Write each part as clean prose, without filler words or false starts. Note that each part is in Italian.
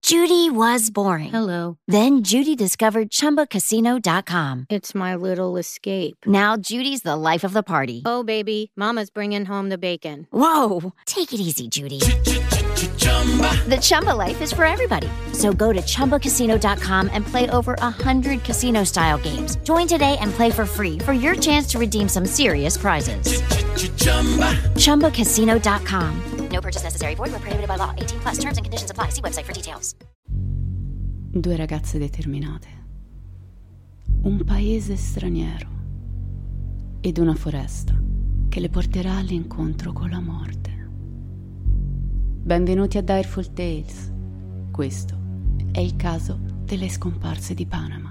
Judy was boring. Hello. Then Judy discovered ChumbaCasino.com. It's my little escape. Now Judy's the life of the party. Oh, baby, mama's bringing home the bacon. Whoa, take it easy, Judy. The Chumba life is for everybody. So go to ChumbaCasino.com and play over 100 casino-style games. Join today and play for free for your chance to redeem some serious prizes. ChumbaCasino.com. No purchase necessary. Void where prohibited by law. 18+. Terms and conditions apply. See website for details. Due ragazze determinate. Un paese straniero. Ed una foresta che le porterà all'incontro con la morte. Benvenuti a Direful Tales. Questo è il caso delle scomparse di Panama.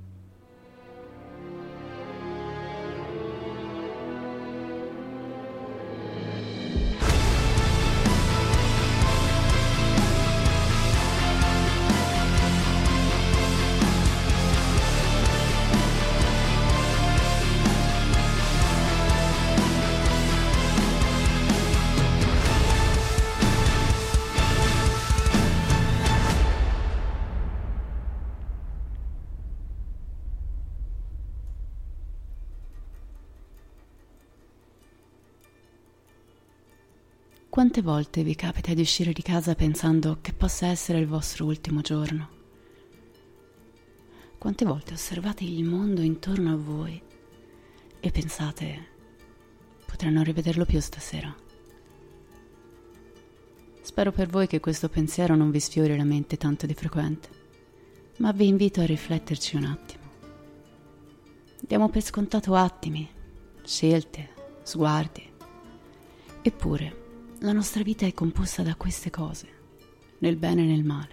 Quante volte vi capita di uscire di casa pensando che possa essere il vostro ultimo giorno? Quante volte osservate il mondo intorno a voi e pensate potrei non rivederlo più stasera? Spero per voi che questo pensiero non vi sfiori la mente tanto di frequente, ma vi invito a rifletterci un attimo. Diamo per scontato attimi, scelte, sguardi. Eppure la nostra vita è composta da queste cose, nel bene e nel male.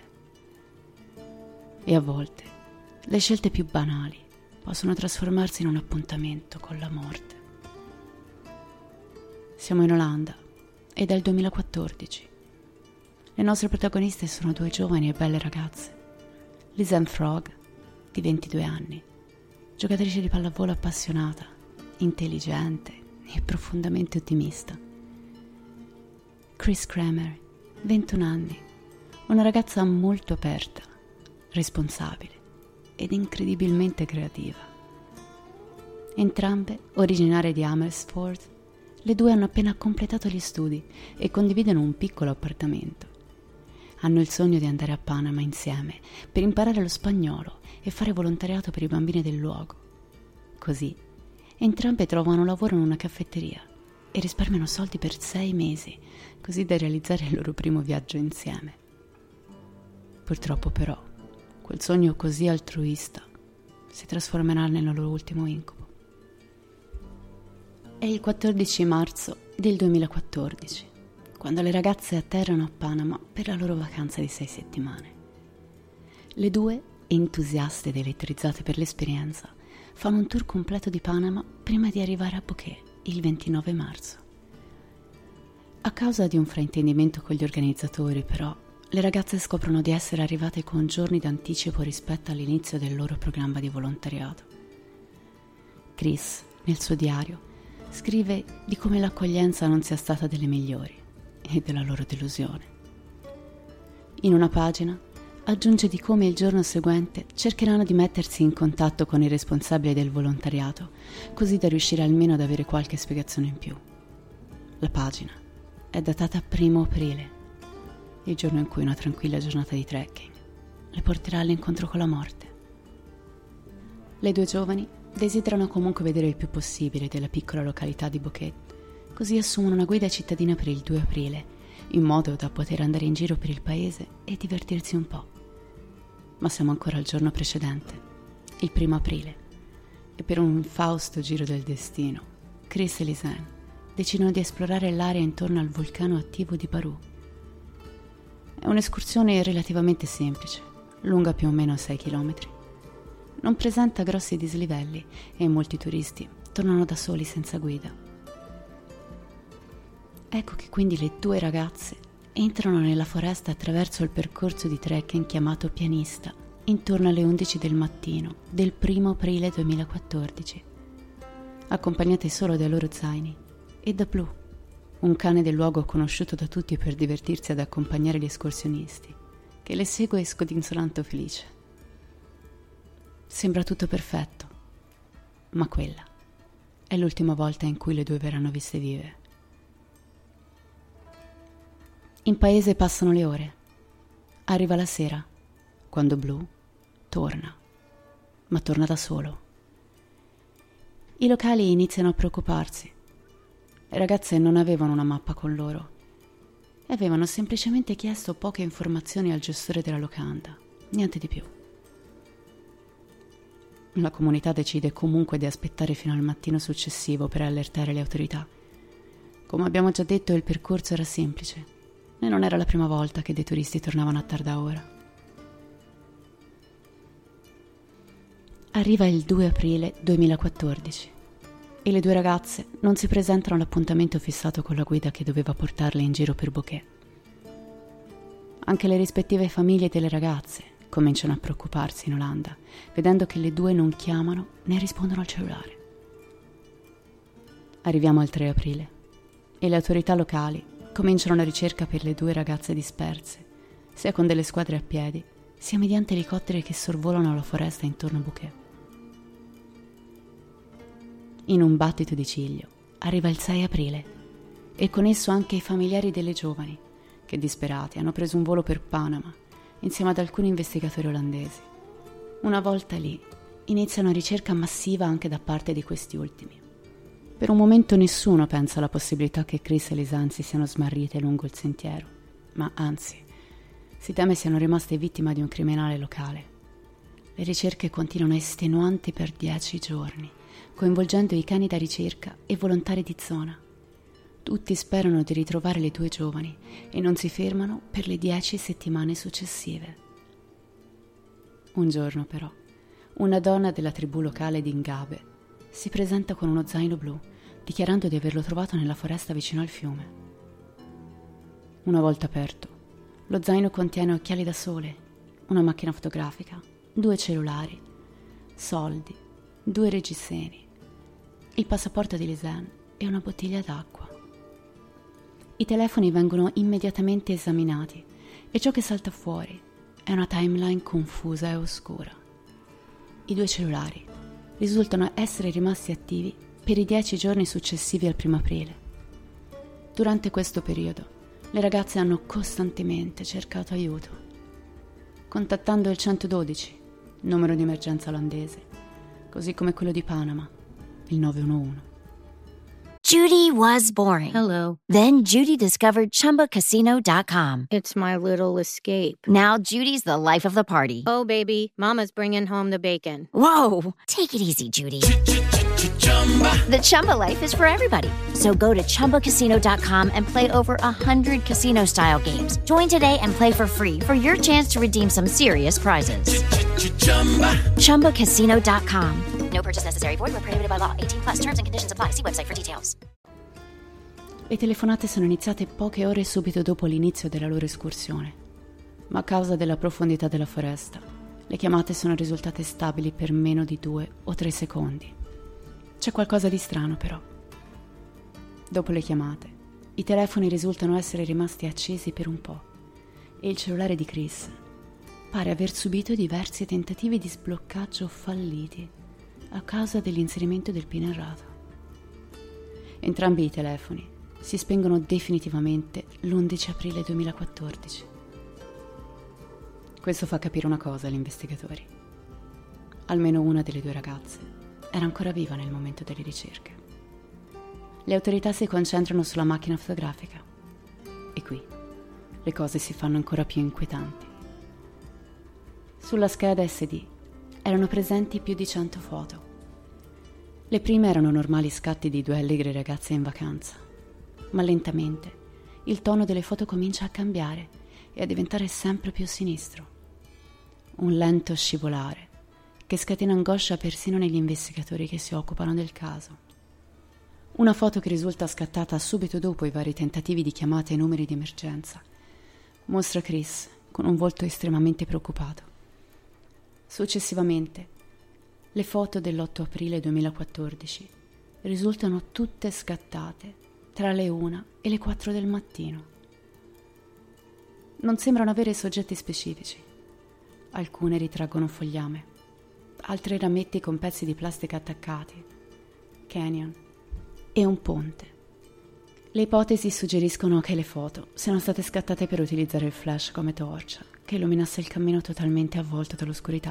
E a volte le scelte più banali possono trasformarsi in un appuntamento con la morte. Siamo in Olanda ed è il 2014. Le nostre protagoniste sono due giovani e belle ragazze. Lisanne Frog, di 22 anni, giocatrice di pallavolo appassionata, intelligente e profondamente ottimista. Chris Kramer, 21 anni, una ragazza molto aperta, responsabile ed incredibilmente creativa. Entrambe originarie di Amersfoort, le due hanno appena completato gli studi e condividono un piccolo appartamento. Hanno il sogno di andare a Panama insieme per imparare lo spagnolo e fare volontariato per i bambini del luogo. Così, entrambe trovano lavoro in una caffetteria e risparmiano soldi per 6 mesi, così da realizzare il loro primo viaggio insieme. Purtroppo però, quel sogno così altruista si trasformerà nel loro ultimo incubo. È il 14 marzo del 2014, quando le ragazze atterrano a Panama per la loro vacanza di 6 settimane. Le due, entusiaste ed elettrizzate per l'esperienza, fanno un tour completo di Panama prima di arrivare a Bouquet il 29 marzo. A causa di un fraintendimento con gli organizzatori, però, le ragazze scoprono di essere arrivate con giorni d'anticipo rispetto all'inizio del loro programma di volontariato. Chris, nel suo diario, scrive di come l'accoglienza non sia stata delle migliori e della loro delusione. In una pagina aggiunge di come il giorno seguente cercheranno di mettersi in contatto con i responsabili del volontariato, così da riuscire almeno ad avere qualche spiegazione in più. La pagina è datata 1 aprile, il giorno in cui una tranquilla giornata di trekking le porterà all'incontro con la morte. Le due giovani desiderano comunque vedere il più possibile della piccola località di Bouquet, così assumono una guida cittadina per il 2 aprile, in modo da poter andare in giro per il paese e divertirsi un po'. Ma siamo ancora al giorno precedente, il 1 aprile, e per un infausto giro del destino, Chris e Lisanne decidono di esplorare l'area intorno al vulcano attivo di Barú. È un'escursione relativamente semplice, lunga più o meno 6 chilometri. Non presenta grossi dislivelli e molti turisti tornano da soli senza guida. Ecco che quindi le due ragazze entrano nella foresta attraverso il percorso di trekking chiamato Pianista intorno alle 11 del mattino del 1 aprile 2014, accompagnate solo dai loro zaini e da Blue, un cane del luogo conosciuto da tutti per divertirsi ad accompagnare gli escursionisti, che le segue scodinzolando felice. Sembra tutto perfetto, ma quella è l'ultima volta in cui le due verranno viste vive. In paese passano le ore. Arriva la sera, quando Blue torna, ma torna da solo. I locali iniziano a preoccuparsi. Le ragazze non avevano una mappa con loro e avevano semplicemente chiesto poche informazioni al gestore della locanda, niente di più. La comunità decide comunque di aspettare fino al mattino successivo per allertare le autorità. Come abbiamo già detto, il percorso era semplice e non era la prima volta che dei turisti tornavano a tarda ora. Arriva il 2 aprile 2014 e le due ragazze non si presentano all'appuntamento fissato con la guida che doveva portarle in giro per Bouquet. Anche le rispettive famiglie delle ragazze cominciano a preoccuparsi in Olanda, vedendo che le due non chiamano né rispondono al cellulare. Arriviamo al 3 aprile e le autorità locali cominciano la ricerca per le due ragazze disperse, sia con delle squadre a piedi, sia mediante elicotteri che sorvolano la foresta intorno a Bouquet. In un battito di ciglio arriva il 6 aprile e con esso anche i familiari delle giovani, che disperati hanno preso un volo per Panama insieme ad alcuni investigatori olandesi. Una volta lì inizia una ricerca massiva anche da parte di questi ultimi. Per un momento nessuno pensa alla possibilità che Chris e Lisanne si siano smarrite lungo il sentiero, ma anzi, si teme siano rimaste vittime di un criminale locale. Le ricerche continuano estenuanti per 10 giorni, coinvolgendo i cani da ricerca e volontari di zona. Tutti sperano di ritrovare le due giovani e non si fermano per le 10 settimane successive. Un giorno, però, una donna della tribù locale di Ngabe si presenta con uno zaino blu, dichiarando di averlo trovato nella foresta vicino al fiume. Una volta aperto, lo zaino contiene occhiali da sole, una macchina fotografica, 2 cellulari, soldi, 2 reggiseni, il passaporto di Lisanne e una bottiglia d'acqua. I telefoni vengono immediatamente esaminati e ciò che salta fuori è una timeline confusa e oscura. I 2 cellulari risultano essere rimasti attivi per i 10 giorni successivi al 1 aprile. Durante questo periodo, le ragazze hanno costantemente cercato aiuto, contattando il 112, numero di emergenza olandese, così come quello di Panama, il 911. Judy was boring. Hello. Then Judy discovered ChumbaCasino.com. It's my little escape. Now Judy's the life of the party. Oh, baby, mama's bringing home the bacon. Whoa, take it easy, Judy. The Chumba life is for everybody. So go to ChumbaCasino.com and play over 100 casino-style games. Join today and play for free for your chance to redeem some serious prizes. ChumbaCasino.com. No purchase necessary. Void where prohibited by law. 18+. Terms and conditions apply. See website for details. Le telefonate sono iniziate poche ore subito dopo l'inizio della loro escursione, ma a causa della profondità della foresta, le chiamate sono risultate stabili per meno di 2 o 3 secondi. C'è qualcosa di strano, però. Dopo le chiamate, i telefoni risultano essere rimasti accesi per un po' e il cellulare di Chris pare aver subito diversi tentativi di sbloccaggio falliti a causa dell'inserimento del PIN errato. Entrambi i telefoni si spengono definitivamente l'11 aprile 2014. Questo fa capire una cosa agli investigatori. Almeno una delle 2 ragazze era ancora viva nel momento delle ricerche. Le autorità si concentrano sulla macchina fotografica e qui le cose si fanno ancora più inquietanti. Sulla scheda SD erano presenti più di 100 foto. Le prime erano normali scatti di 2 allegre ragazze in vacanza, ma lentamente il tono delle foto comincia a cambiare e a diventare sempre più sinistro. Un lento scivolare che scatena angoscia persino negli investigatori che si occupano del caso. Una foto che risulta scattata subito dopo i vari tentativi di chiamate ai numeri di emergenza mostra Chris con un volto estremamente preoccupato. Successivamente, le foto dell'8 aprile 2014 risultano tutte scattate tra le 1 e le 4 del mattino. non sembrano avere soggetti specifici. Alcune ritraggono fogliame, altre rametti con pezzi di plastica attaccati, canyon e un ponte. Le ipotesi suggeriscono che le foto siano state scattate per utilizzare il flash come torcia che illuminasse il cammino totalmente avvolto dall'oscurità.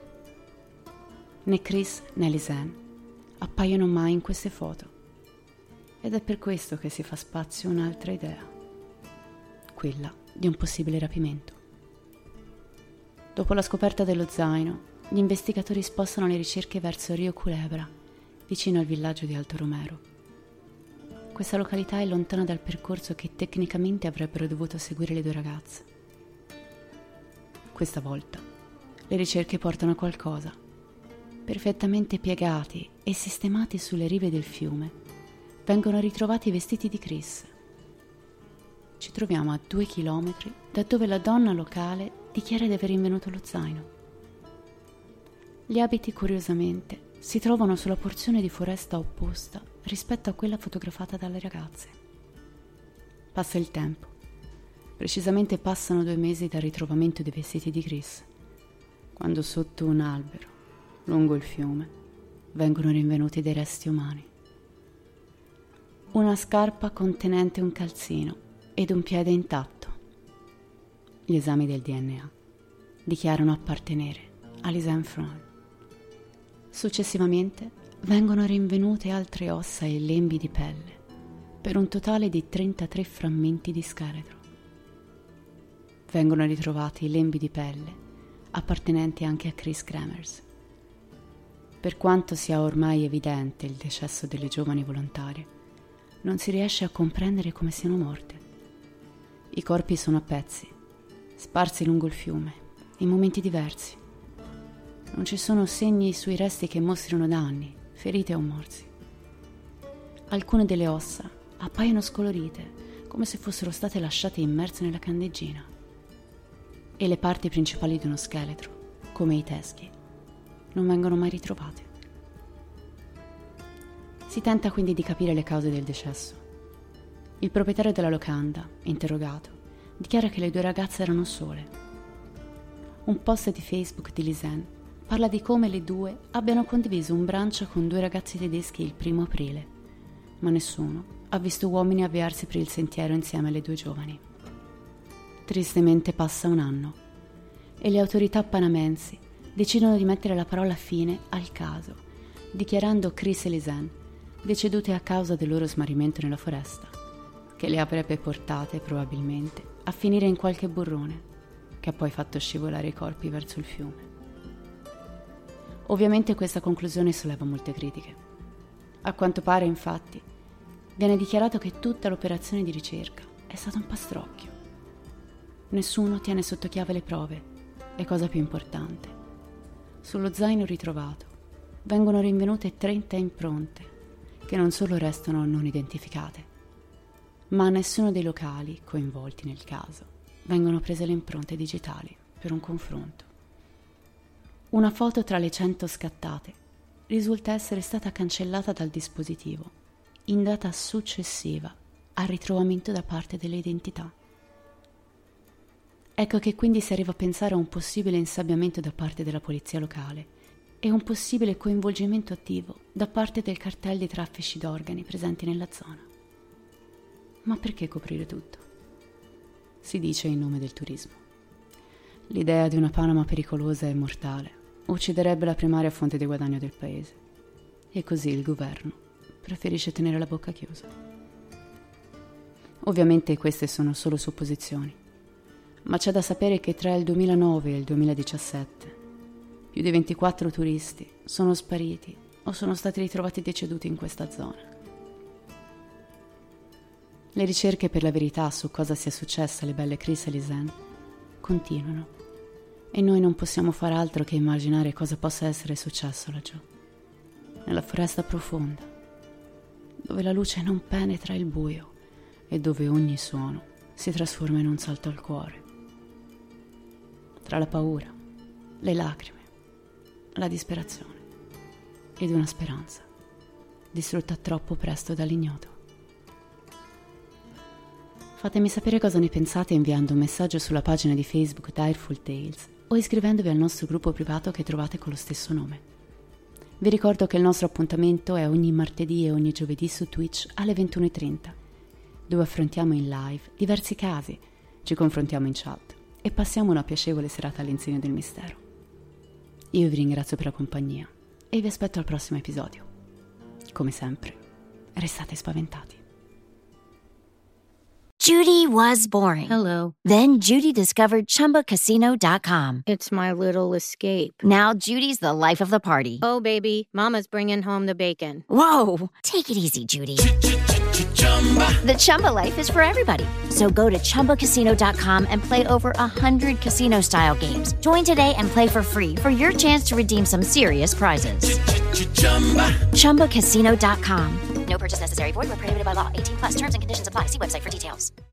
Né Chris né Lisanne appaiono mai in queste foto, ed è per questo che si fa spazio un'altra idea, quella di un possibile rapimento. Dopo la scoperta dello zaino, gli investigatori spostano le ricerche verso Rio Culebra, vicino al villaggio di Alto Romero. Questa località è lontana dal percorso che tecnicamente avrebbero dovuto seguire le due ragazze. Questa volta le ricerche portano a qualcosa. Perfettamente piegati e sistemati sulle rive del fiume, vengono ritrovati i vestiti di Chris. Ci troviamo a 2 chilometri da dove la donna locale dichiara di aver rinvenuto lo zaino. Gli abiti, curiosamente, si trovano sulla porzione di foresta opposta rispetto a quella fotografata dalle ragazze. Passa il tempo. Precisamente passano 2 mesi dal ritrovamento dei vestiti di Chris, quando sotto un albero, lungo il fiume, vengono rinvenuti dei resti umani. Una scarpa contenente un calzino ed un piede intatto. Gli esami del DNA dichiarano appartenere a Lisanne Frohn. Successivamente vengono rinvenute altre ossa e lembi di pelle, per un totale di 33 frammenti di scheletro. Vengono ritrovati lembi di pelle appartenenti anche a Chris Kremers. Per quanto sia ormai evidente il decesso delle giovani volontarie, non si riesce a comprendere come siano morte. I corpi sono a pezzi, sparsi lungo il fiume, in momenti diversi. Non ci sono segni sui resti che mostrino danni, ferite o morsi. Alcune delle ossa appaiono scolorite, come se fossero state lasciate immerse nella candeggina. E le parti principali di uno scheletro, come i teschi, non vengono mai ritrovate. Si tenta quindi di capire le cause del decesso. Il proprietario della locanda, interrogato, dichiara che le 2 ragazze erano sole. Un post di Facebook di Lisanne parla di come le 2 abbiano condiviso un brunch con 2 ragazzi tedeschi il 1° aprile, ma nessuno ha visto uomini avviarsi per il sentiero insieme alle 2 giovani. Tristemente passa un anno e le autorità panamensi decidono di mettere la parola fine al caso, dichiarando Chris e Lisanne decedute a causa del loro smarrimento nella foresta, che le avrebbe portate probabilmente a finire in qualche burrone, che ha poi fatto scivolare i corpi verso il fiume. Ovviamente questa conclusione solleva molte critiche. A quanto pare, infatti, viene dichiarato che tutta l'operazione di ricerca è stata un pastrocchio. Nessuno tiene sotto chiave le prove e, cosa più importante, sullo zaino ritrovato vengono rinvenute 30 impronte che non solo restano non identificate, ma a nessuno dei locali coinvolti nel caso vengono prese le impronte digitali per un confronto. Una foto tra le 100 scattate risulta essere stata cancellata dal dispositivo in data successiva al ritrovamento da parte delle identità. Ecco che quindi si arriva a pensare a un possibile insabbiamento da parte della polizia locale e un possibile coinvolgimento attivo da parte del cartello di traffici d'organi presenti nella zona. Ma perché coprire tutto? Si dice in nome del turismo. L'idea di una Panama pericolosa e mortale ucciderebbe la primaria fonte di guadagno del paese, e così il governo preferisce tenere la bocca chiusa. Ovviamente queste sono solo supposizioni, ma c'è da sapere che tra il 2009 e il 2017 più di 24 turisti sono spariti o sono stati ritrovati deceduti in questa zona. Le ricerche per la verità su cosa sia successo alle belle Chris e Lisanne continuano, e noi non possiamo fare altro che immaginare cosa possa essere successo laggiù, nella foresta profonda, dove la luce non penetra il buio e dove ogni suono si trasforma in un salto al cuore. Tra la paura, le lacrime, la disperazione ed una speranza distrutta troppo presto dall'ignoto. Fatemi sapere cosa ne pensate inviando un messaggio sulla pagina di Facebook Direful Tales o iscrivendovi al nostro gruppo privato che trovate con lo stesso nome. Vi ricordo che il nostro appuntamento è ogni martedì e ogni giovedì su Twitch alle 21:30, dove affrontiamo in live diversi casi, ci confrontiamo in chat e passiamo una piacevole serata all'insegna del mistero. Io vi ringrazio per la compagnia e vi aspetto al prossimo episodio. Come sempre, restate spaventati. Judy was boring. Hello. Then Judy discovered ChumbaCasino.com. It's my little escape. Now Judy's the life of the party. Oh, baby, mama's bringing home the bacon. Whoa, take it easy, Judy. The Chumba life is for everybody. So go to ChumbaCasino.com and play over 100 casino-style games. Join today and play for free for your chance to redeem some serious prizes. ChumbaCasino.com. No purchase necessary. Void where prohibited by law. 18+. Terms and conditions apply. See website for details.